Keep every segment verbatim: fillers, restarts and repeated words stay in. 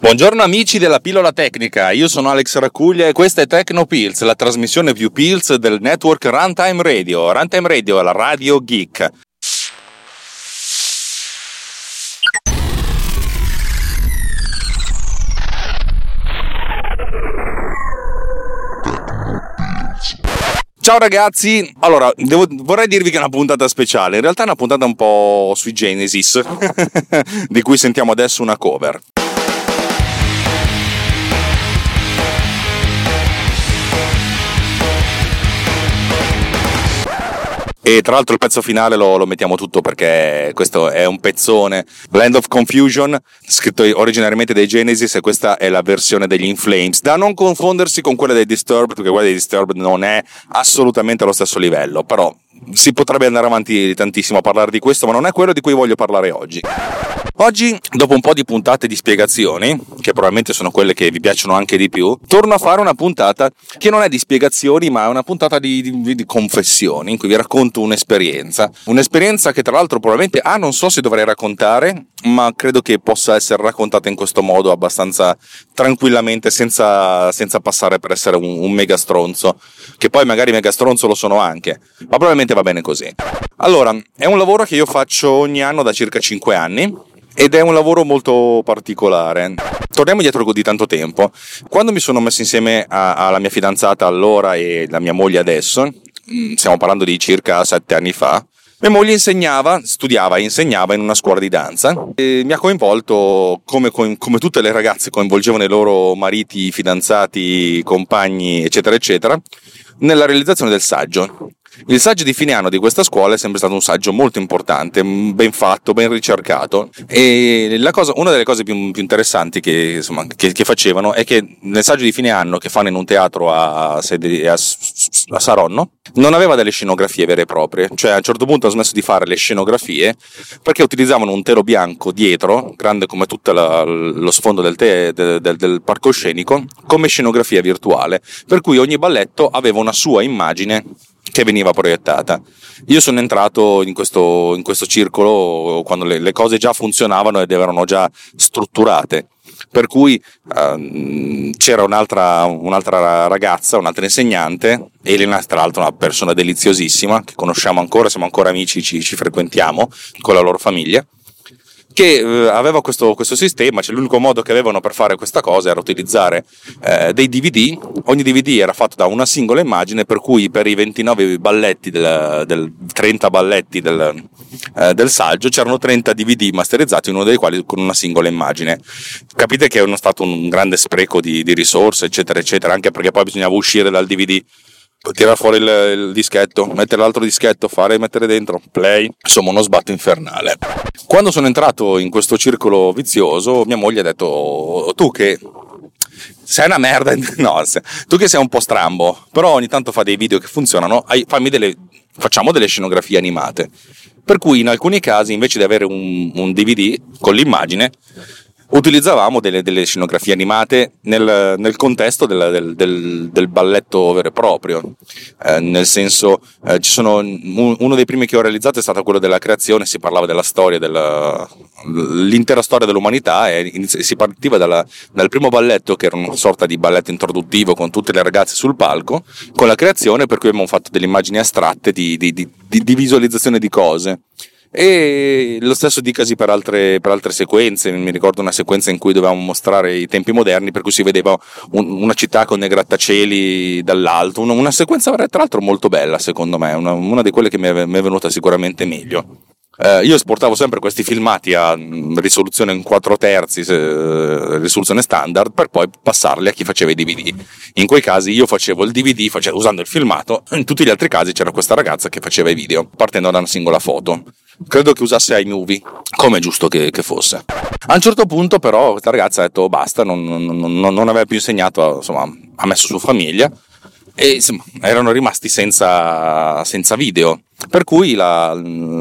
Buongiorno amici della pillola tecnica, io sono Alex Racuglia e questa è Tecnopills, la trasmissione più pills del network Runtime Radio. Runtime Radio è la radio geek. Ciao ragazzi, allora devo, vorrei dirvi che è una puntata speciale, in realtà è una puntata un po' sui Genesis, di cui sentiamo adesso una cover. E tra l'altro il pezzo finale lo, lo mettiamo tutto perché questo è un pezzone. Land of Confusion, scritto originariamente dai Genesis, e questa è la versione degli In Flames, da non confondersi con quella dei Disturbed, perché quella dei Disturbed non è assolutamente allo stesso livello, però si potrebbe andare avanti tantissimo a parlare di questo, ma non è quello di cui voglio parlare oggi. Oggi, dopo un po' di puntate di spiegazioni, che probabilmente sono quelle che vi piacciono anche di più, torno a fare una puntata che non è di spiegazioni, ma è una puntata di, di, di confessioni, in cui vi racconto un'esperienza. Un'esperienza che tra l'altro probabilmente, ah, non so se dovrei raccontare, ma credo che possa essere raccontata in questo modo abbastanza tranquillamente, senza, senza passare per essere un, un mega stronzo, che poi magari mega stronzo lo sono anche, ma probabilmente va bene così. Allora, è un lavoro che io faccio ogni anno da circa cinque anni, ed è un lavoro molto particolare. Torniamo indietro di tanto tempo. Quando mi sono messo insieme a, alla mia fidanzata allora e la mia moglie adesso, stiamo parlando di circa sette anni fa, mia moglie insegnava, studiava e insegnava in una scuola di danza e mi ha coinvolto, come, come tutte le ragazze coinvolgevano i loro mariti, fidanzati, compagni, eccetera, eccetera, nella realizzazione del saggio. Il saggio di fine anno di questa scuola è sempre stato un saggio molto importante, ben fatto, ben ricercato, e la cosa, una delle cose più, più interessanti che, insomma, che, che facevano è che nel saggio di fine anno che fanno in un teatro a, a, a Saronno non aveva delle scenografie vere e proprie, cioè a un certo punto ha smesso di fare le scenografie perché utilizzavano un telo bianco dietro, grande come tutto la, lo sfondo del, te, del, del, del palcoscenico, come scenografia virtuale, per cui ogni balletto aveva una sua immagine che veniva proiettata. Io sono entrato in questo, in questo circolo quando le, le cose già funzionavano ed erano già strutturate, per cui uh, c'era un'altra, un'altra ragazza, un'altra insegnante, Elena, tra l'altro una persona deliziosissima, che conosciamo ancora, siamo ancora amici, ci, ci frequentiamo con la loro famiglia, che eh, aveva questo, questo sistema, cioè l'unico modo che avevano per fare questa cosa era utilizzare eh, dei D V D. Ogni D V D era fatto da una singola immagine, per cui per i ventinove balletti del, del trenta balletti del, eh, del saggio c'erano trenta D V D masterizzati, uno dei quali con una singola immagine. Capite che è stato un grande spreco di, di risorse, eccetera eccetera, anche perché poi bisognava uscire dal D V D, tirare fuori il, il dischetto, mettere l'altro dischetto, fare mettere dentro, play, insomma uno sbatto infernale. Quando sono entrato in questo circolo vizioso, mia moglie ha detto: tu che sei una merda, no, tu che sei un po' strambo, però ogni tanto fa dei video che funzionano, fammi delle, facciamo delle scenografie animate. Per cui in alcuni casi, invece di avere un, un D V D con l'immagine, utilizzavamo delle, delle scenografie animate nel, nel contesto del, del, del, del balletto vero e proprio, eh, nel senso eh, ci sono un, uno dei primi che ho realizzato è stato quello della creazione. Si parlava della storia, della, l'intera storia dell'umanità, e si partiva dalla, dal primo balletto, che era una sorta di balletto introduttivo con tutte le ragazze sul palco, con la creazione, per cui abbiamo fatto delle immagini astratte di, di, di, di visualizzazione di cose. E lo stesso dicasi per altre, per altre sequenze. Mi ricordo una sequenza in cui dovevamo mostrare i tempi moderni, per cui si vedeva un, una città con dei grattacieli dall'alto, una, una sequenza tra l'altro molto bella, secondo me, una, una di quelle che mi è, mi è venuta sicuramente meglio. Eh, io esportavo sempre questi filmati a risoluzione in quattro terzi, eh, risoluzione standard, per poi passarli a chi faceva i D V D. In quei casi io facevo il D V D facevo, usando il filmato, in tutti gli altri casi c'era questa ragazza che faceva i video partendo da una singola foto. Credo che usasse iMovie, come è giusto che, che fosse. A un certo punto però questa ragazza ha detto basta, non, non, non, non aveva più insegnato, insomma ha messo su famiglia, e insomma erano rimasti senza, senza video. Per cui la,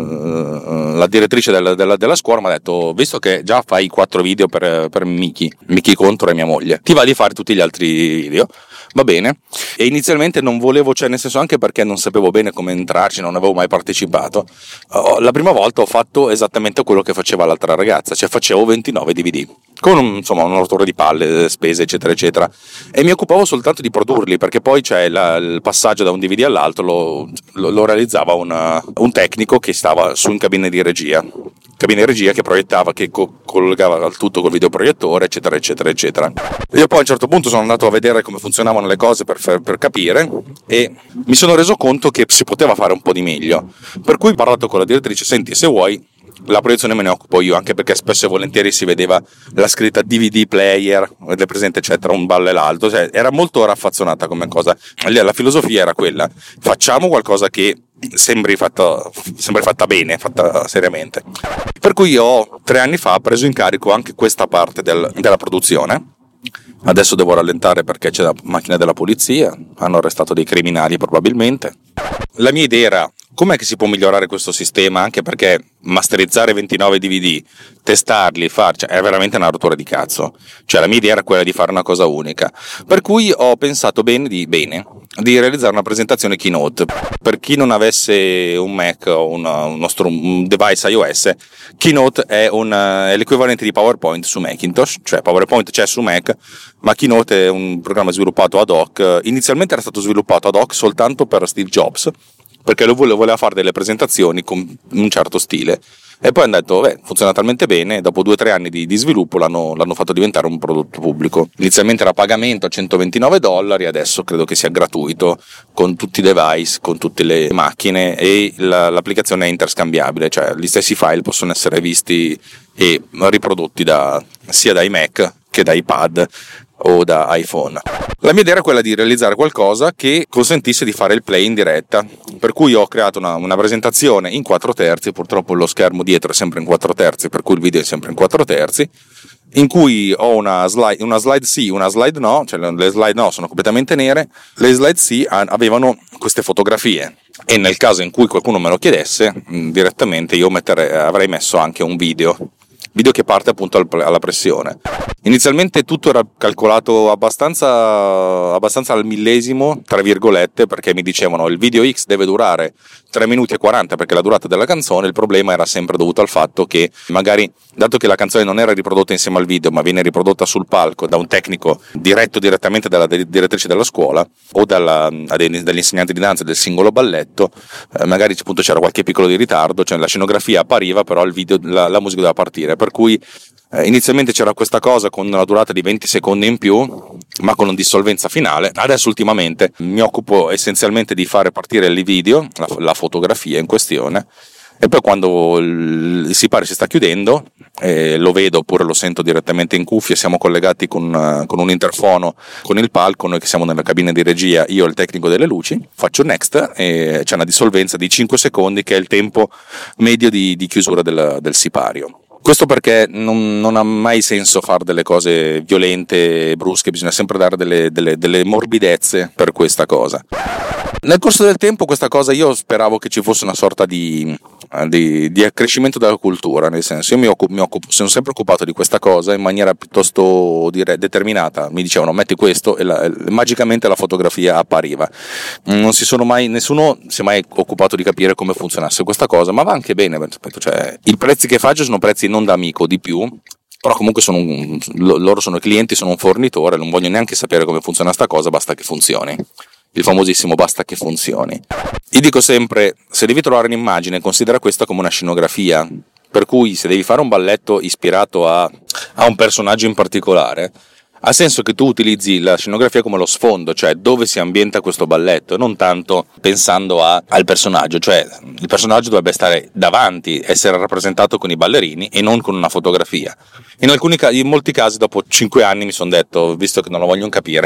la direttrice della, della, della scuola mi ha detto: visto che già fai quattro video per, per Miki, Miki contro e mia moglie, ti va di fare tutti gli altri video? Va bene. E inizialmente non volevo, cioè nel senso, anche perché non sapevo bene come entrarci, non avevo mai partecipato. La prima volta ho fatto esattamente quello che faceva l'altra ragazza, cioè facevo ventinove D V D con un, insomma un rotore di palle, spese eccetera eccetera, e mi occupavo soltanto di produrli, perché poi c'è la, il passaggio da un D V D all'altro lo, lo, lo realizzava un, un tecnico che stava su in cabina di regia cabina di regia che proiettava, che co- collegava il tutto col videoproiettore eccetera eccetera eccetera. Io poi a un certo punto sono andato a vedere come funzionavano le cose per, per capire, e mi sono reso conto che si poteva fare un po' di meglio, per cui ho parlato con la direttrice: senti, se vuoi la proiezione me ne occupo io, anche perché spesso e volentieri si vedeva la scritta D V D player, avete presente, c'è tra un ballo e l'altro, cioè era molto raffazzonata come cosa. La filosofia era quella: facciamo qualcosa che sembri fatta, sembri fatta bene, fatta seriamente. Per cui io tre anni fa ho preso in carico anche questa parte del, della produzione. Adesso devo rallentare perché c'è la macchina della polizia, hanno arrestato dei criminali probabilmente. La mia idea era: com'è che si può migliorare questo sistema? Anche perché masterizzare ventinove D V D, testarli, far, cioè, è veramente una rottura di cazzo. Cioè la mia idea era quella di fare una cosa unica. Per cui ho pensato bene di, bene, di realizzare una presentazione keynote. Per chi non avesse un Mac o un, un nostro un device iOS, Keynote è, un, è l'equivalente di PowerPoint su Macintosh, cioè PowerPoint c'è su Mac, ma Keynote è un programma sviluppato ad hoc. Inizialmente era stato sviluppato ad hoc soltanto per Steve Jobs, perché lui voleva fare delle presentazioni con un certo stile, e poi hanno detto: beh, funziona talmente bene, dopo due o tre anni di, di sviluppo l'hanno, l'hanno fatto diventare un prodotto pubblico. Inizialmente era a pagamento a centoventinove dollari, adesso credo che sia gratuito, con tutti i device, con tutte le macchine, e la, l'applicazione è interscambiabile, cioè gli stessi file possono essere visti e riprodotti da, sia da iMac che da iPad o da iPhone. La mia idea era quella di realizzare qualcosa che consentisse di fare il play in diretta, per cui ho creato una, una presentazione in quattro terzi, purtroppo lo schermo dietro è sempre in quattro terzi, per cui il video è sempre in quattro terzi, in cui ho una slide, una slide sì, una slide no, cioè le slide no sono completamente nere, le slide sì avevano queste fotografie, e nel caso in cui qualcuno me lo chiedesse, direttamente io mettere, avrei messo anche un video. Video che parte appunto alla pressione. Inizialmente tutto era calcolato abbastanza, abbastanza al millesimo, tra virgolette, perché mi dicevano il video X deve durare tre minuti e quaranta perché è la durata della canzone. Il problema era sempre dovuto al fatto che magari, dato che la canzone non era riprodotta insieme al video ma viene riprodotta sul palco da un tecnico diretto direttamente dalla direttrice della scuola o dalla, dagli insegnanti di danza del singolo balletto, eh, magari appunto c'era qualche piccolo di ritardo, cioè la scenografia appariva però il video, la, la musica doveva partire, per cui eh, inizialmente c'era questa cosa con una durata di venti secondi in più ma con una dissolvenza finale. Adesso ultimamente mi occupo essenzialmente di fare partire il video, la, la fotografia in questione, e poi quando il sipario si sta chiudendo, eh, lo vedo oppure lo sento direttamente in cuffia, siamo collegati con, uh, con un interfono con il palco, noi che siamo nella cabina di regia, io e il tecnico delle luci, faccio next e c'è una dissolvenza di cinque secondi che è il tempo medio di, di chiusura del, del sipario. Questo perché non, non ha mai senso fare delle cose violente e brusche, bisogna sempre dare delle, delle, delle morbidezze per questa cosa. Nel corso del tempo questa cosa io speravo che ci fosse una sorta di, di, di accrescimento della cultura, nel senso, io mi occupo, mi occupo, sono sempre occupato di questa cosa in maniera piuttosto direi determinata. Mi dicevano metti questo e, la, e magicamente la fotografia appariva. Non si sono mai, nessuno si è mai occupato di capire come funzionasse questa cosa, ma va anche bene, cioè, i prezzi che faccio sono prezzi non da amico, di più, però comunque sono un, loro sono clienti, sono un fornitore, non voglio neanche sapere come funziona sta cosa, basta che funzioni. Il famosissimo basta che funzioni. Io dico sempre, se devi trovare un'immagine, considera questa come una scenografia, per cui se devi fare un balletto ispirato a, a un personaggio in particolare, ha senso che tu utilizzi la scenografia come lo sfondo, cioè dove si ambienta questo balletto, non tanto pensando a, al personaggio, cioè il personaggio dovrebbe stare davanti, essere rappresentato con i ballerini e non con una fotografia. In alcuni casi, in molti casi, dopo cinque anni mi sono detto, visto che non lo voglio capire,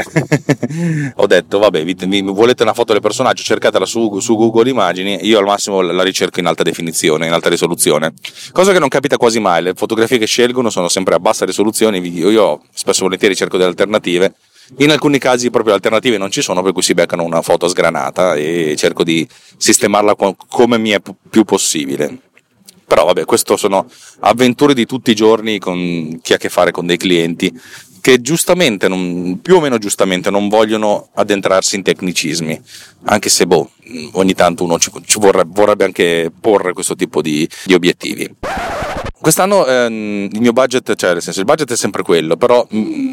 ho detto vabbè, vi, vi volete una foto del personaggio, cercatela su, su Google Immagini, io al massimo la ricerco in alta definizione, in alta risoluzione, cosa che non capita quasi mai. Le fotografie che scelgono sono sempre a bassa risoluzione, io spesso volentieri cerco delle alternative In alcuni casi proprio alternative non ci sono, per cui si beccano una foto sgranata e cerco di sistemarla come mi è più possibile. Però vabbè, questo sono avventure di tutti i giorni con chi ha a che fare con dei clienti che giustamente, non, più o meno giustamente, non vogliono addentrarsi in tecnicismi, anche se boh, ogni tanto uno ci, ci vorrebbe, vorrebbe anche porre questo tipo di, di obiettivi. Quest'anno ehm, il mio budget, cioè nel senso il budget è sempre quello, però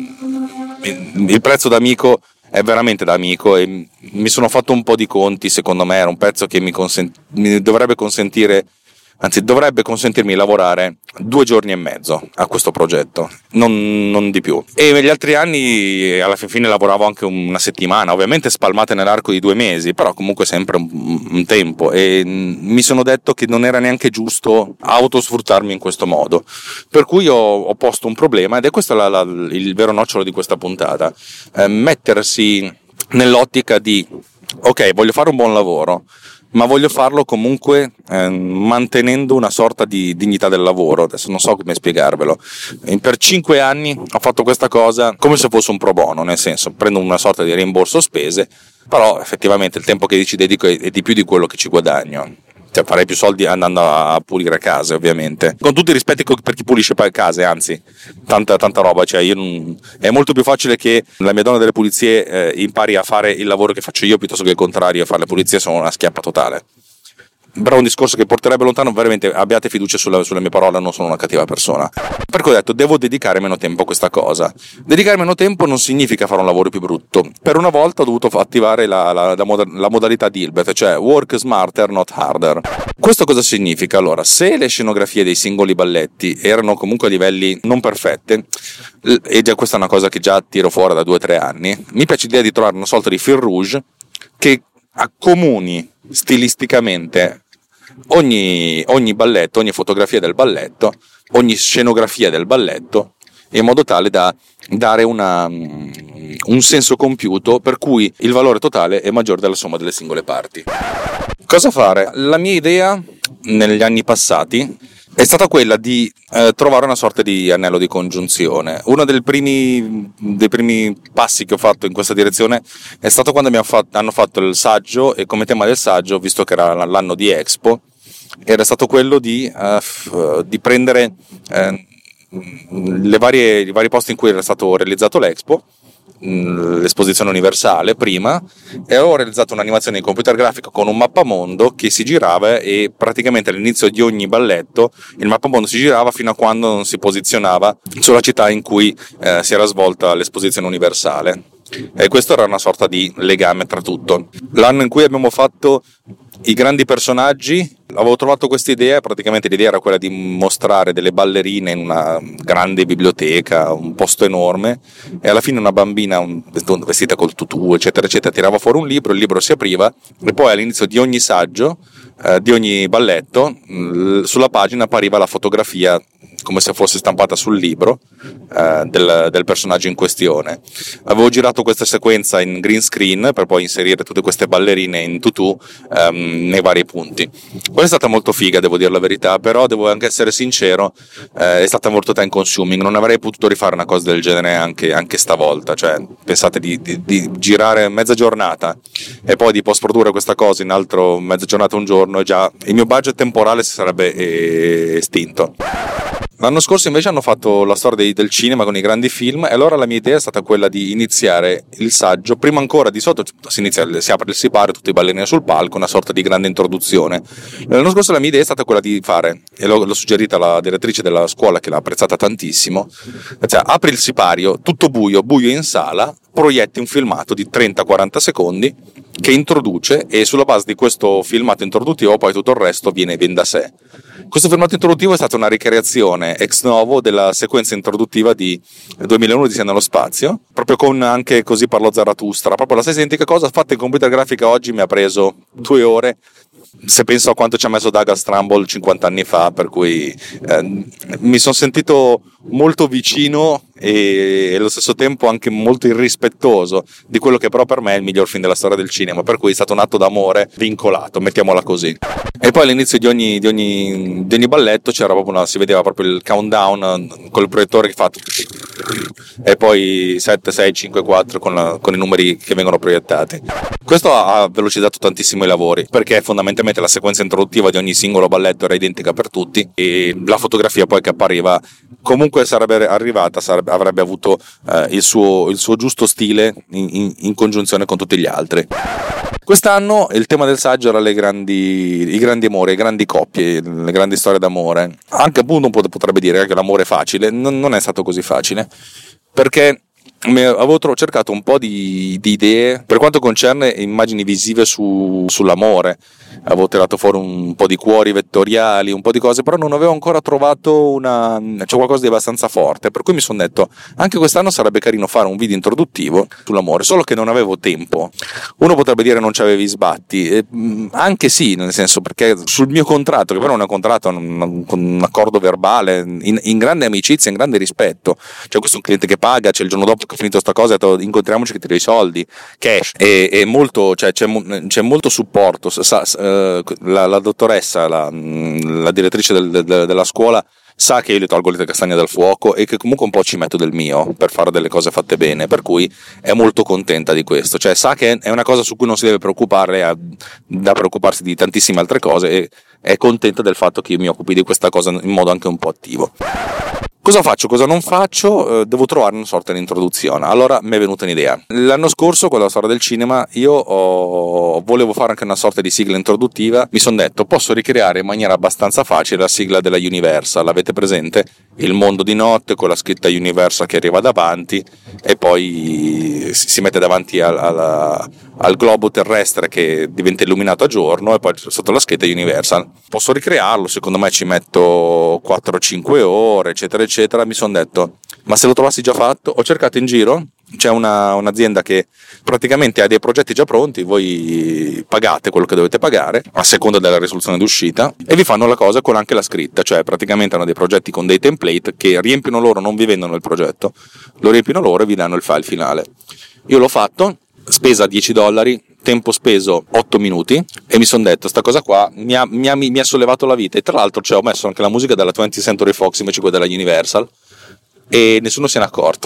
mm, il prezzo da amico è veramente da amico e mi sono fatto un po' di conti. Secondo me era un prezzo che mi, consent- mi dovrebbe consentire Anzi, dovrebbe consentirmi di lavorare due giorni e mezzo a questo progetto, non, non di più. E negli altri anni, alla fine, lavoravo anche una settimana, ovviamente spalmate nell'arco di due mesi, però comunque sempre un, un tempo. E mi sono detto che non era neanche giusto autosfruttarmi in questo modo. Per cui ho, ho posto un problema, ed è questo la, la, il vero nocciolo di questa puntata. Eh, mettersi nell'ottica di, ok, voglio fare un buon lavoro, ma voglio farlo comunque eh, mantenendo una sorta di dignità del lavoro. Adesso non so come spiegarvelo. E per cinque anni ho fatto questa cosa come se fosse un pro bono, nel senso prendo una sorta di rimborso spese, però effettivamente il tempo che ci dedico è, è di più di quello che ci guadagno. Cioè, farei più soldi andando a pulire case, ovviamente, con tutti i rispetti per chi pulisce case, anzi tanta, tanta roba. Cioè, io non... è molto più facile che la mia donna delle pulizie eh, impari a fare il lavoro che faccio io piuttosto che il contrario. A fare le pulizie sono una schiappa totale. Però è un discorso che porterebbe lontano. Veramente abbiate fiducia sulla, sulle mie parole, non sono una cattiva persona. Per cui ho detto, devo dedicare meno tempo a questa cosa. Dedicare meno tempo non significa fare un lavoro più brutto. Per una volta ho dovuto attivare la, la, la, moda, la modalità Dilbert, cioè work smarter, not harder. Questo cosa significa? Allora, se le scenografie dei singoli balletti erano comunque a livelli non perfette, e già questa è una cosa che già tiro fuori da due o tre anni, mi piace l'idea di trovare una sorta di fil rouge che accomuni stilisticamente ogni, ogni balletto, ogni fotografia del balletto, ogni scenografia del balletto, in modo tale da dare una, un senso compiuto per cui il valore totale è maggiore della somma delle singole parti. Cosa fare? La mia idea negli anni passati è stata quella di eh, trovare una sorta di anello di congiunzione. Uno dei primi, dei primi passi che ho fatto in questa direzione è stato quando abbiamo fatto, hanno fatto il saggio, e come tema del saggio, visto che era l'anno di Expo, era stato quello di, uh, di prendere uh, le varie, i vari posti in cui era stato realizzato l'Expo, l'esposizione universale prima, e ho realizzato un'animazione in computer grafico con un mappamondo che si girava, e praticamente all'inizio di ogni balletto il mappamondo si girava fino a quando non si posizionava sulla città in cui eh, si era svolta l'esposizione universale, e questo era una sorta di legame tra tutto. L'anno in cui abbiamo fatto i grandi personaggi avevo trovato questa idea, praticamente l'idea era quella di mostrare delle ballerine in una grande biblioteca, un posto enorme, e alla fine una bambina un, vestita col tutù eccetera eccetera tirava fuori un libro, il libro si apriva, e poi all'inizio di ogni saggio, eh, di ogni balletto, mh, sulla pagina appariva la fotografia come se fosse stampata sul libro eh, del, del personaggio in questione. Avevo girato questa sequenza in green screen per poi inserire tutte queste ballerine in tutù ehm, nei vari punti. Quella è stata molto figa, devo dire la verità, però devo anche essere sincero, eh, è stata molto time consuming, non avrei potuto rifare una cosa del genere anche, anche stavolta. Cioè, pensate di, di, di girare mezza giornata e poi di post produrre questa cosa in altro mezza giornata, un giorno, e già il mio budget temporale si sarebbe eh, estinto. L'anno scorso invece hanno fatto la storia dei, del cinema con i grandi film, e allora la mia idea è stata quella di iniziare il saggio, prima ancora di sotto si inizia, si apre il sipario, tutti i ballerini sul palco, una sorta di grande introduzione. L'anno scorso la mia idea è stata quella di fare, e l'ho, l'ho suggerita alla direttrice della scuola che l'ha apprezzata tantissimo, cioè apri il sipario, tutto buio, buio in sala, proietti un filmato di trenta quaranta secondi che introduce, e sulla base di questo filmato introduttivo poi tutto il resto viene, viene da sé. Questo filmato introduttivo è stata una ricreazione ex novo della sequenza introduttiva di duemilauno Odissea nello spazio, proprio con anche Così parlò Zarathustra, proprio la stessa identica cosa fatta in computer grafica. Oggi mi ha preso due ore, se penso a quanto ci ha messo Douglas Trumbull cinquanta anni fa, per cui eh, mi sono sentito molto vicino e allo stesso tempo anche molto irrispettoso di quello che però per me è il miglior film della storia del cinema, per cui è stato un atto d'amore vincolato, mettiamola così. E poi all'inizio di ogni, di ogni, di ogni balletto c'era proprio una, si vedeva proprio il countdown col proiettore che fa e poi sette, sei, cinque, quattro con, la, con i numeri che vengono proiettati. Questo ha velocizzato tantissimo i lavori, perché fondamentalmente la sequenza introduttiva di ogni singolo balletto era identica per tutti e la fotografia poi che appariva comunque sarebbe arrivata, sarebbe, avrebbe avuto eh, il, suo, il suo giusto stile in, in, in congiunzione con tutti gli altri. Quest'anno il tema del saggio era le grandi, i grandi amori, le grandi coppie, le grandi storie d'amore. Anche appunto un po' potrebbe dire che l'amore è facile, non, non è stato così facile, perché avevo cercato un po' di, di idee per quanto concerne immagini visive su, sull'amore. Avevo tirato fuori un po' di cuori vettoriali, un po' di cose, però non avevo ancora trovato una, cioè qualcosa di abbastanza forte, per cui mi sono detto anche quest'anno sarebbe carino fare un video introduttivo sull'amore, solo che non avevo tempo. Uno potrebbe dire non c'avevi sbatti, e, anche sì, nel senso, perché sul mio contratto, che però non è un contratto, è un, un accordo verbale in, in grande amicizia, in grande rispetto, cioè questo è un cliente che paga, c'è il giorno dopo che ho finito sta cosa, ho detto incontriamoci che ti do i soldi, cash, e, e molto, cioè, c'è, c'è molto supporto. Sa, La, la dottoressa, la, la direttrice del, del, della scuola sa che io le tolgo le castagne dal fuoco e che comunque un po' ci metto del mio per fare delle cose fatte bene, per cui è molto contenta di questo, cioè sa che è una cosa su cui non si deve preoccupare, ha da preoccuparsi di tantissime altre cose e è contenta del fatto che io mi occupi di questa cosa in modo anche un po' attivo. Cosa faccio, cosa non faccio? Eh, devo trovare una sorta di introduzione. Allora mi è venuta un'idea. L'anno scorso, con la storia del cinema, io ho... volevo fare anche una sorta di sigla introduttiva. Mi sono detto, posso ricreare in maniera abbastanza facile la sigla della Universal. L'avete presente? Il mondo di notte con la scritta Universal che arriva davanti e poi si mette davanti al, al, al globo terrestre che diventa illuminato a giorno e poi sotto la scritta Universal. Posso ricrearlo, secondo me ci metto quattro cinque ore, eccetera, eccetera. Mi sono detto, ma se lo trovassi già fatto? Ho cercato in giro, c'è una, un'azienda che praticamente ha dei progetti già pronti, voi pagate quello che dovete pagare a seconda della risoluzione d'uscita e vi fanno la cosa con anche la scritta, cioè praticamente hanno dei progetti con dei template che riempiono loro, non vi vendono il progetto, lo riempiono loro e vi danno il file finale. Io l'ho fatto, spesa dieci dollari, tempo speso otto minuti e mi sono detto sta cosa qua mi ha, mi, ha, mi ha sollevato la vita e tra l'altro cioè, ho messo anche la musica della twentieth Century Fox invece quella della Universal e nessuno se n'è accorto.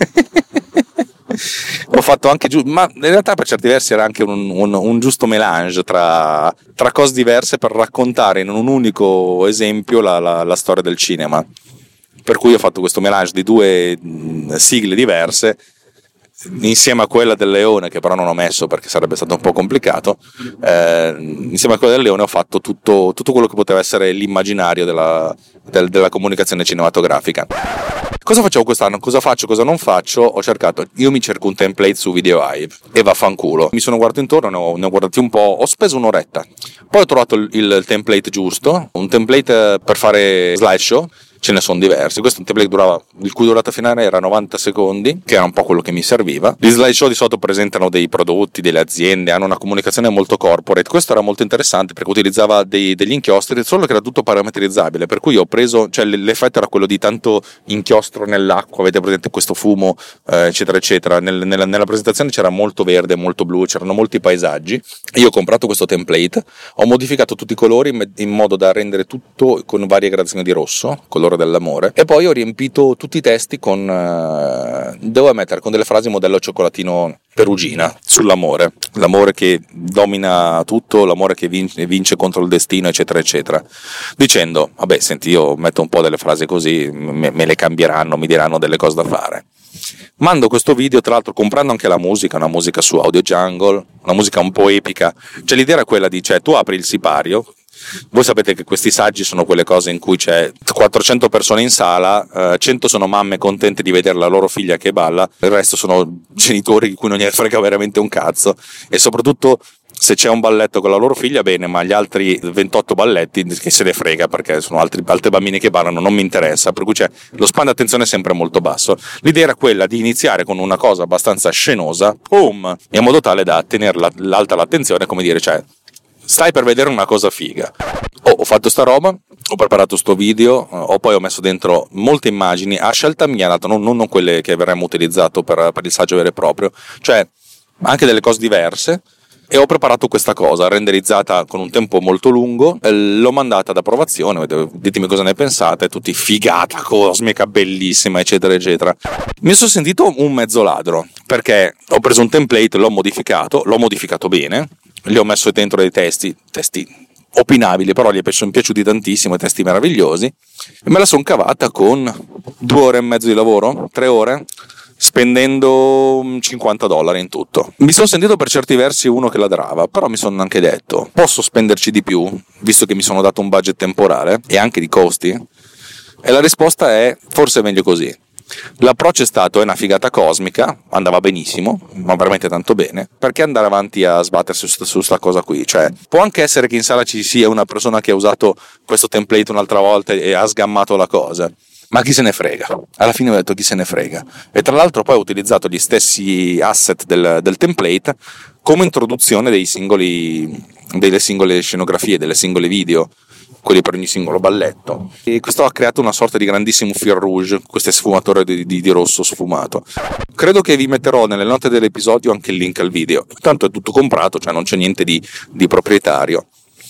Ho fatto anche giù, ma in realtà per certi versi era anche un, un, un giusto melange tra, tra cose diverse per raccontare in un unico esempio la, la, la storia del cinema, per cui ho fatto questo melange di due sigle diverse insieme a quella del leone, che però non ho messo perché sarebbe stato un po' complicato. Eh, insieme a quella del leone ho fatto tutto, tutto quello che poteva essere l'immaginario della, del, della comunicazione cinematografica. Cosa facevo quest'anno? Cosa faccio, cosa non faccio? Ho cercato, io mi cerco un template su Videohive e vaffanculo. Mi sono guardato intorno, ne ho, ne ho guardati un po', ho speso un'oretta. Poi ho trovato il, il template giusto, un template per fare slideshow. Ce ne sono diversi. Questo è un template durava, il cui durata finale era novanta secondi, che era un po' quello che mi serviva. Gli slideshow di sotto presentano dei prodotti, delle aziende, hanno una comunicazione molto corporate. Questo era molto interessante perché utilizzava dei, degli inchiostri, solo che era tutto parametrizzabile, per cui ho preso, cioè l'effetto era quello di tanto inchiostro nell'acqua, avete presente questo fumo, eh, eccetera eccetera. Nel, nella, nella presentazione c'era molto verde, molto blu, c'erano molti paesaggi. Io ho comprato questo template, ho modificato tutti i colori in, in modo da rendere tutto con varie gradazioni di rosso, colore dell'amore, e poi ho riempito tutti i testi con eh, devo ammettere con delle frasi modello cioccolatino Perugina sull'amore, l'amore che domina tutto, l'amore che vince, vince contro il destino, eccetera eccetera, dicendo vabbè senti, io metto un po' delle frasi così, me, me le cambieranno, mi diranno delle cose da fare. Mando questo video, tra l'altro comprando anche la musica, una musica su Audio Jungle, una musica un po' epica, cioè l'idea era quella di, cioè tu apri il sipario. Voi sapete che questi saggi sono quelle cose in cui c'è quattrocento persone in sala, eh, cento sono mamme contente di vedere la loro figlia che balla, il resto sono genitori di cui non gli frega veramente un cazzo, e soprattutto se c'è un balletto con la loro figlia bene, ma gli altri ventotto balletti che se ne frega perché sono altri, altri bambini che ballano, non mi interessa, per cui c'è lo span di attenzione è sempre molto basso. L'idea era quella di iniziare con una cosa abbastanza scenosa, boom, in modo tale da tenere l'alta l'attenzione, come dire, cioè stai per vedere una cosa figa. Oh, ho fatto sta roba, ho preparato sto video, ho poi ho messo dentro molte immagini a scelta mia, dato, non, non quelle che avremmo utilizzato per, per il saggio vero e proprio, cioè anche delle cose diverse, e ho preparato questa cosa renderizzata con un tempo molto lungo, l'ho mandata ad approvazione, ditemi cosa ne pensate, tutti figata cosmica, bellissima, eccetera eccetera. Mi sono sentito un mezzo ladro, perché ho preso un template, l'ho modificato, l'ho modificato bene, gli ho messo dentro dei testi, testi opinabili, però gli sono piaciuti tantissimo, testi meravigliosi, e me la sono cavata con due ore e mezzo di lavoro, tre ore, spendendo cinquanta dollari in tutto. Mi sono sentito per certi versi uno che ladrava, però mi sono anche detto, posso spenderci di più, visto che mi sono dato un budget temporale e anche di costi? E la risposta è, forse è meglio così. L'approccio è stato, è una figata cosmica, andava benissimo, ma veramente tanto bene, perché andare avanti a sbattersi su questa cosa qui? Cioè, può anche essere che in sala ci sia una persona che ha usato questo template un'altra volta e ha sgammato la cosa, ma chi se ne frega? Alla fine ho detto chi se ne frega, e tra l'altro poi ho utilizzato gli stessi asset del, del template come introduzione dei singoli, delle singole scenografie, delle singole video, quelli per ogni singolo balletto, e questo ha creato una sorta di grandissimo fil rouge, queste sfumature di, di, di rosso sfumato. Credo che vi metterò nelle note dell'episodio anche il link al video, tanto è tutto comprato, cioè non c'è niente di, di proprietario,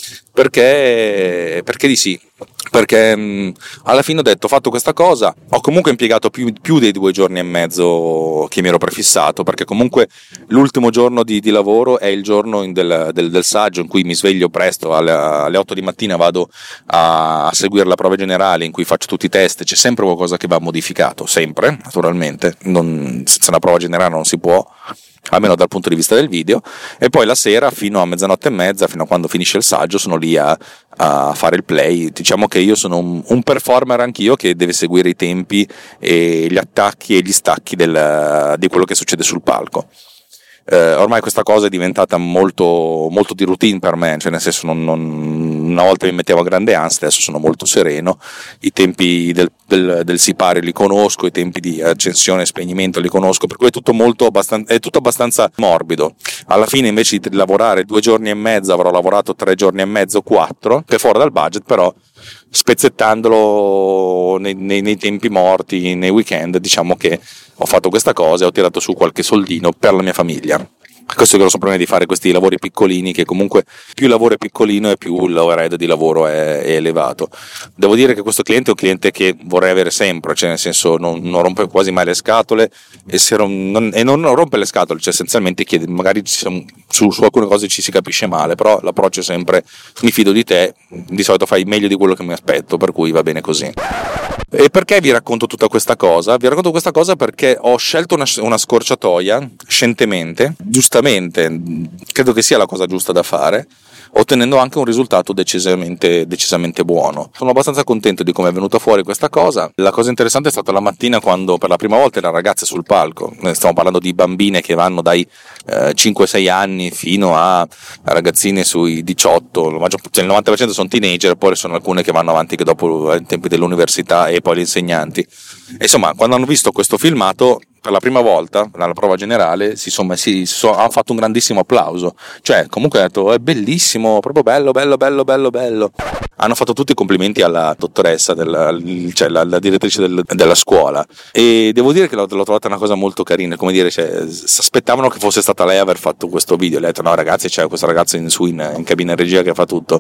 perché perché di sì, perché mh, alla fine ho detto, ho fatto questa cosa, ho comunque impiegato più, più dei due giorni e mezzo che mi ero prefissato, perché comunque l'ultimo giorno di, di lavoro è il giorno in del, del, del saggio, in cui mi sveglio presto alle, alle otto di mattina, vado a, a seguire la prova generale in cui faccio tutti i test, c'è sempre qualcosa che va modificato, sempre, naturalmente, non, senza una prova generale non si può, almeno dal punto di vista del video, e poi la sera fino a mezzanotte e mezza, fino a quando finisce il saggio, sono lì a, a fare il play. Diciamo che io sono un, un performer anch'io, che deve seguire i tempi e gli attacchi e gli stacchi del, di quello che succede sul palco. Eh, ormai questa cosa è diventata molto, molto di routine per me, cioè nel senso, non, non, una volta mi mettevo a grande ansia, adesso sono molto sereno, i tempi del, del, del sipare li conosco, i tempi di accensione e spegnimento li conosco, per cui è tutto molto abbastanza, è tutto abbastanza morbido. Alla fine, invece di lavorare due giorni e mezzo, avrò lavorato tre giorni e mezzo, quattro, che è fuori dal budget, però spezzettandolo nei, nei, nei tempi morti, nei weekend, diciamo che ho fatto questa cosa e ho tirato su qualche soldino per la mia famiglia. Questo è il grosso problema di fare questi lavori piccolini, che comunque più il lavoro è piccolino e più l'overhead di lavoro è, è elevato. Devo dire che questo cliente è un cliente che vorrei avere sempre, cioè nel senso non, non rompe quasi mai le scatole, e, se rom, non, e non rompe le scatole, cioè essenzialmente chiede, magari ci, su, su alcune cose ci si capisce male, però l'approccio è sempre mi fido di te, di solito fai meglio di quello che mi aspetto, per cui va bene così. E perché vi racconto tutta questa cosa? Vi racconto questa cosa perché ho scelto una, una scorciatoia scientemente, giustamente, credo che sia la cosa giusta da fare, ottenendo anche un risultato decisamente, decisamente buono. Sono abbastanza contento di come è venuta fuori questa cosa. La cosa interessante è stata la mattina, quando per la prima volta erano ragazze sul palco. Stiamo parlando di bambine che vanno dai eh, cinque sei anni fino a ragazzine sui diciotto, il novanta per cento sono teenager, poi sono alcune che vanno avanti che dopo ai tempi dell'università, e poi gli insegnanti. E insomma, quando hanno visto questo filmato per la prima volta nella prova generale, si sono messi, so, hanno fatto un grandissimo applauso, cioè comunque hanno detto è bellissimo, proprio bello bello bello bello bello. Hanno fatto tutti i complimenti alla dottoressa, del, cioè la, la direttrice del, della scuola, e devo dire che l'ho, l'ho trovata una cosa molto carina, come dire, cioè, si aspettavano che fosse stata lei a aver fatto questo video. Lei ha detto no ragazzi, c'è questa ragazza in su in, in cabina in regia che fa tutto,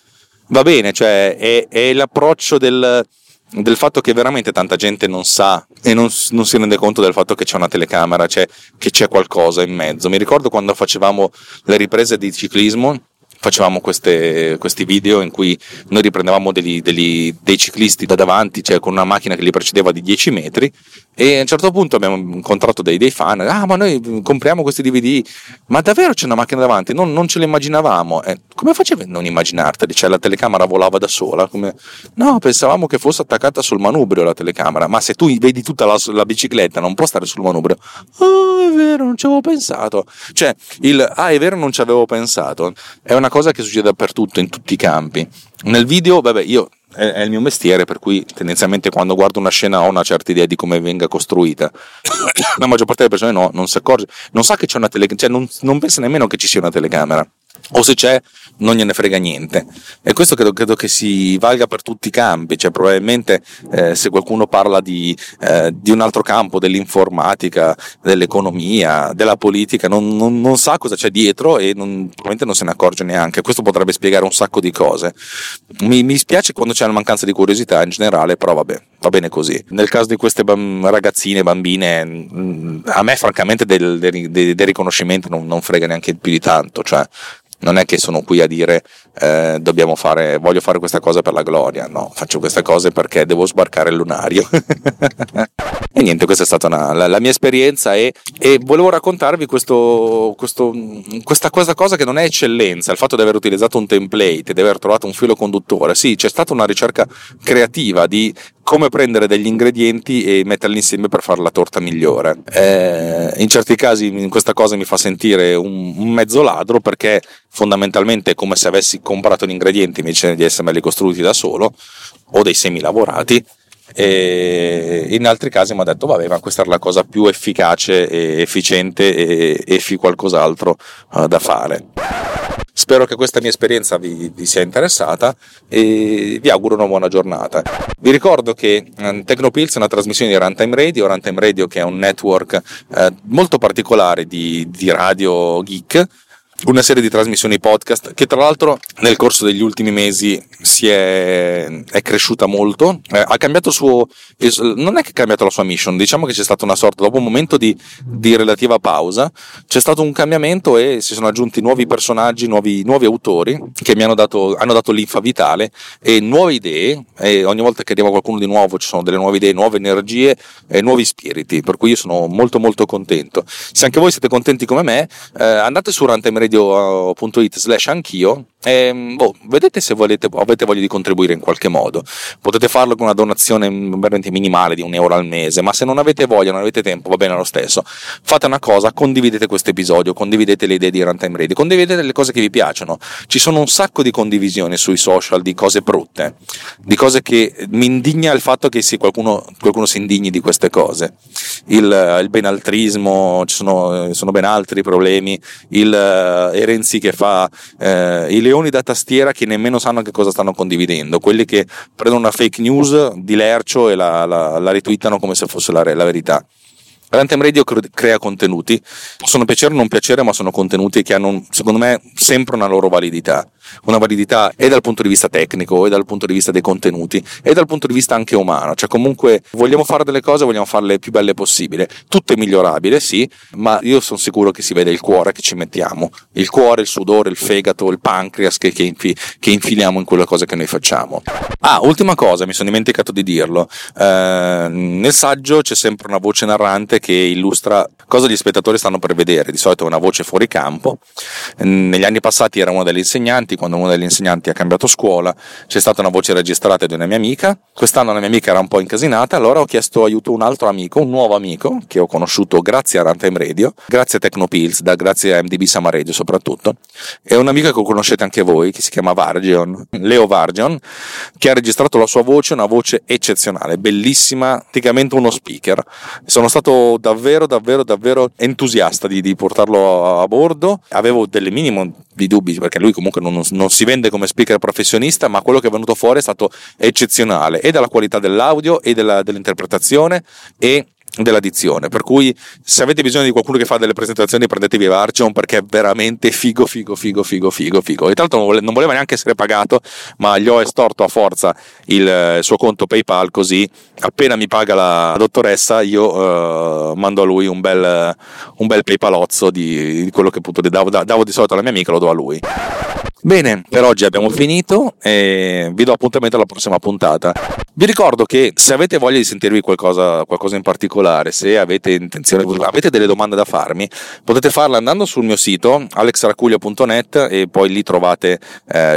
va bene, cioè è, è l'approccio del del fatto che veramente tanta gente non sa e non, non si rende conto del fatto che c'è una telecamera, cioè che c'è qualcosa in mezzo. Mi ricordo quando facevamo le riprese di ciclismo, facevamo queste, questi video in cui noi riprendevamo degli, degli, dei ciclisti da davanti, cioè con una macchina che li precedeva di dieci metri, e a un certo punto abbiamo incontrato dei, dei fan, ah ma noi compriamo questi D V D, ma davvero c'è una macchina davanti? Non, non ce lo immaginavamo. Eh, come facevi a non immaginarteli? Cioè la telecamera volava da sola? Come... No, pensavamo che fosse attaccata sul manubrio la telecamera, ma se tu vedi tutta la, la bicicletta non può stare sul manubrio. Oh è vero, non ci avevo pensato. Cioè il ah è vero, non ci avevo pensato è una cosa che succede dappertutto, in tutti i campi. Nel video, vabbè, io è, è il mio mestiere, per cui tendenzialmente quando guardo una scena ho una certa idea di come venga costruita. La maggior parte delle persone no, non si accorge, non sa che c'è una telecamera, cioè non, non pensa nemmeno che ci sia una telecamera. o se c'è non gliene frega niente. E questo credo, credo che si valga per tutti i campi, cioè probabilmente eh, se qualcuno parla di, eh, di un altro campo, dell'informatica, dell'economia, della politica, non, non, non sa cosa c'è dietro e non, probabilmente non se ne accorge neanche. Questo potrebbe spiegare un sacco di cose. Mi, mi spiace quando c'è una mancanza di curiosità in generale, però vabbè, va bene così. Nel caso di queste bam- ragazzine, bambine, mh, a me francamente del, del, del, del riconoscimento non, non frega neanche più di tanto, cioè non è che sono qui a dire eh, dobbiamo fare, voglio fare questa cosa per la gloria, no, faccio queste cose perché devo sbarcare il lunario. E niente, questa è stata una, la, la mia esperienza e, e volevo raccontarvi questo, questo, questa, questa cosa che non è eccellenza, il fatto di aver utilizzato un template, di aver trovato un filo conduttore. Sì, c'è stata una ricerca creativa di come prendere degli ingredienti e metterli insieme per fare la torta migliore. Eh, in certi casi in questa cosa mi fa sentire un, un mezzo ladro, perché fondamentalmente è come se avessi comprato gli ingredienti invece di essermeli costruiti da solo, o dei semi lavorati. E in altri casi mi ha detto vabbè, ma questa era la cosa più efficace e efficiente e, e fi qualcos'altro uh, da fare. Spero che questa mia esperienza vi, vi sia interessata e vi auguro una buona giornata. Vi ricordo che um, Tecnopills è una trasmissione di Runtime Radio, Runtime Radio che è un network uh, molto particolare di, di radio geek, una serie di trasmissioni podcast che tra l'altro nel corso degli ultimi mesi si è, è cresciuta molto, eh, ha cambiato il suo, non è che ha cambiato la sua mission, diciamo che c'è stata una sorta, dopo un momento di, di relativa pausa, c'è stato un cambiamento e si sono aggiunti nuovi personaggi, nuovi, nuovi autori che mi hanno dato, hanno dato linfa vitale e nuove idee, e ogni volta che arriva qualcuno di nuovo ci sono delle nuove idee, nuove energie e nuovi spiriti, per cui io sono molto molto contento. Se anche voi siete contenti come me, eh, andate su runtime radio punto it slash anch'io e boh, vedete se volete, avete voglia di contribuire in qualche modo. Potete farlo con una donazione veramente minimale di un euro al mese, ma se non avete voglia, non avete tempo, va bene lo stesso. Fate una cosa, condividete questo episodio, condividete le idee di Runtime Radio, condividete le cose che vi piacciono. Ci sono un sacco di condivisioni sui social di cose brutte, di cose che mi indigna il fatto che sì, qualcuno, qualcuno si indigni di queste cose. Il, il benaltrismo, ci sono, sono ben altri problemi, il e Renzi che fa eh, i leoni da tastiera che nemmeno sanno che cosa stanno condividendo, quelli che prendono una fake news di lercio e la, la, la retweetano come se fosse la, la verità. Runtime Radio crea contenuti, possono piacere o non piacere, ma sono contenuti che hanno, secondo me, sempre una loro validità. Una validità e dal punto di vista tecnico, e dal punto di vista dei contenuti, e dal punto di vista anche umano. Cioè comunque vogliamo fare delle cose, vogliamo farle più belle possibile. Tutto è migliorabile, sì, ma io sono sicuro che si vede il cuore che ci mettiamo. Il cuore, il sudore, il fegato, il pancreas che, che, infi, che infiliamo in quelle cose che noi facciamo. Ah, ultima cosa, mi sono dimenticato di dirlo. Eh, nel saggio c'è sempre una voce narrante che illustra cosa gli spettatori stanno per vedere. Di solito è una voce fuori campo. Negli anni passati era uno degli insegnanti, quando uno degli insegnanti ha cambiato scuola c'è stata una voce registrata di una mia amica. Quest'anno la mia amica era un po' incasinata, allora ho chiesto aiuto a un altro amico, un nuovo amico che ho conosciuto grazie a Runtime Radio, grazie a Tecnopills, da, grazie a M D B Summer Radio soprattutto. È un amico che conoscete anche voi, che si chiama Vargion, Leo Vargion, che ha registrato la sua voce, una voce eccezionale, bellissima, praticamente uno speaker. Sono stato davvero davvero davvero entusiasta di, di portarlo a, a bordo. Avevo delle minimo di dubbi perché lui comunque non, non si vende come speaker professionista, ma quello che è venuto fuori è stato eccezionale, e dalla qualità dell'audio e della, dell'interpretazione e della dizione, per cui se avete bisogno di qualcuno che fa delle presentazioni prendetevi Vargion, perché è veramente figo figo figo figo figo figo e tra l'altro non, vole, non voleva neanche essere pagato, ma gli ho estorto a forza il, il suo conto PayPal, così appena mi paga la dottoressa io uh, mando a lui un bel, un bel PayPalozzo di, di quello che appunto davo, davo di solito alla mia amica, lo do a lui. Bene, per oggi abbiamo finito e vi do appuntamento alla prossima puntata. Vi ricordo che se avete voglia di sentirvi qualcosa, qualcosa in particolare, se avete intenzione, avete delle domande da farmi, potete farle andando sul mio sito alex raccuglia punto net e poi lì trovate eh,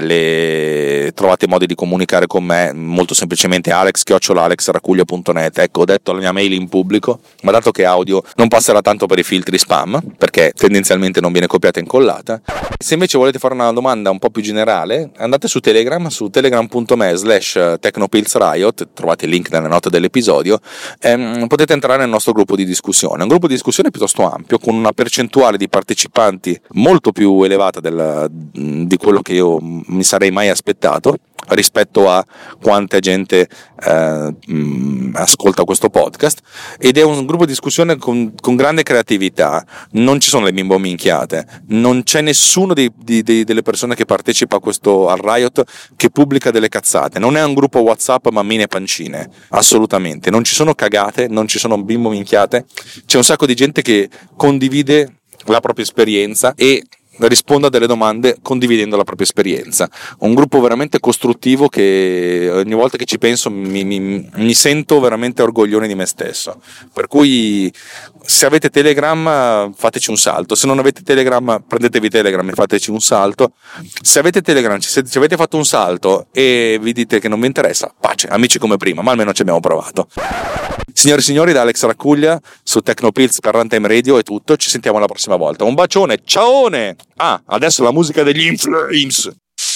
le trovate modi di comunicare con me molto semplicemente, alex chiocciola alex raccuglia punto net. Ecco, ho detto la mia mail in pubblico, ma dato che audio non passerà tanto per i filtri spam, perché tendenzialmente non viene copiata e incollata. Se invece volete fare una domanda un po' più generale, andate su Telegram, su telegram punto me slash technopillsriot, trovate il link nelle note dell'episodio, ehm, potete entrare nel nostro gruppo di discussione, un gruppo di discussione piuttosto ampio, con una percentuale di partecipanti molto più elevata del, di quello che io mi sarei mai aspettato rispetto a quanta gente eh, mh, ascolta questo podcast, ed è un gruppo di discussione con, con grande creatività. Non ci sono le bimbo minchiate, non c'è nessuno dei, di, dei, delle persone che partecipa a questo al Riot che pubblica delle cazzate, non è un gruppo WhatsApp mammine e pancine, assolutamente, non ci sono cagate, non ci sono bimbo minchiate, c'è un sacco di gente che condivide la propria esperienza e risponda a delle domande condividendo la propria esperienza. Un gruppo veramente costruttivo che ogni volta che ci penso mi, mi, mi sento veramente orgoglione di me stesso. Per cui se avete Telegram fateci un salto, se non avete Telegram prendetevi Telegram e fateci un salto. Se avete Telegram, se ci avete fatto un salto e vi dite che non vi interessa, pace, amici come prima, ma almeno ci abbiamo provato. Signori e signori, da Alex Raccuglia su Technopills per Runtime Radio è tutto, ci sentiamo la prossima volta. Un bacione, ciaone! Ah, adesso la musica degli Inflames!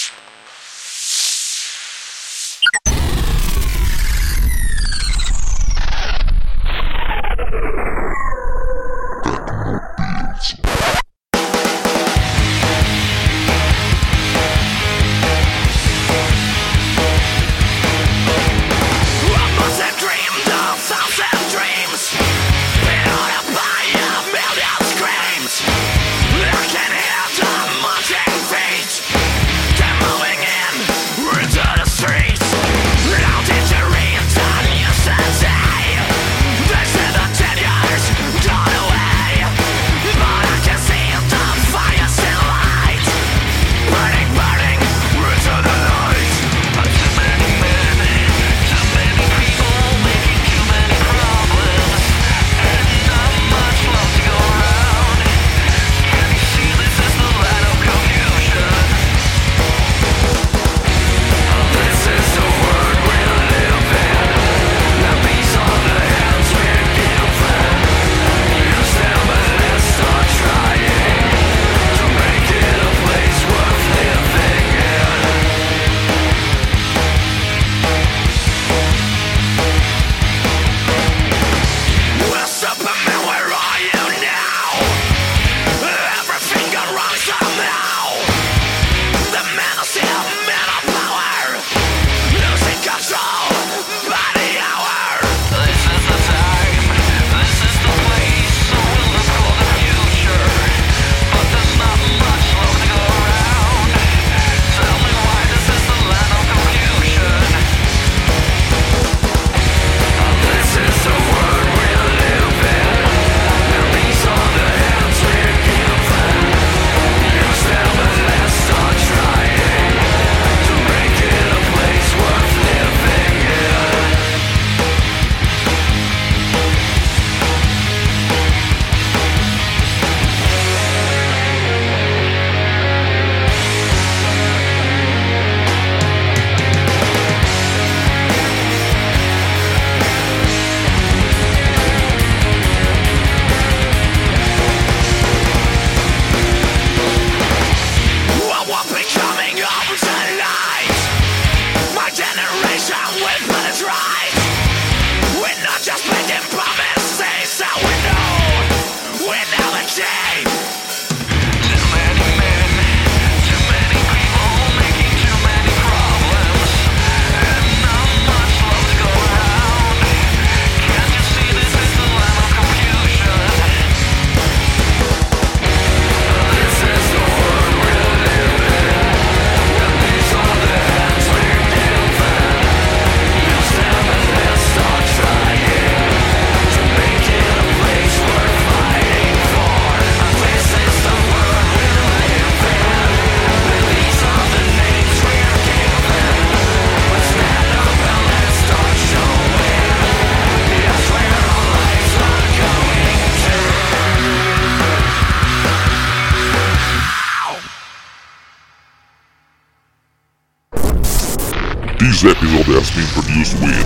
This episode has been produced with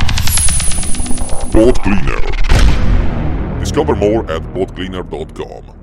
Pod Cleaner. Discover more at pod cleaner dot com.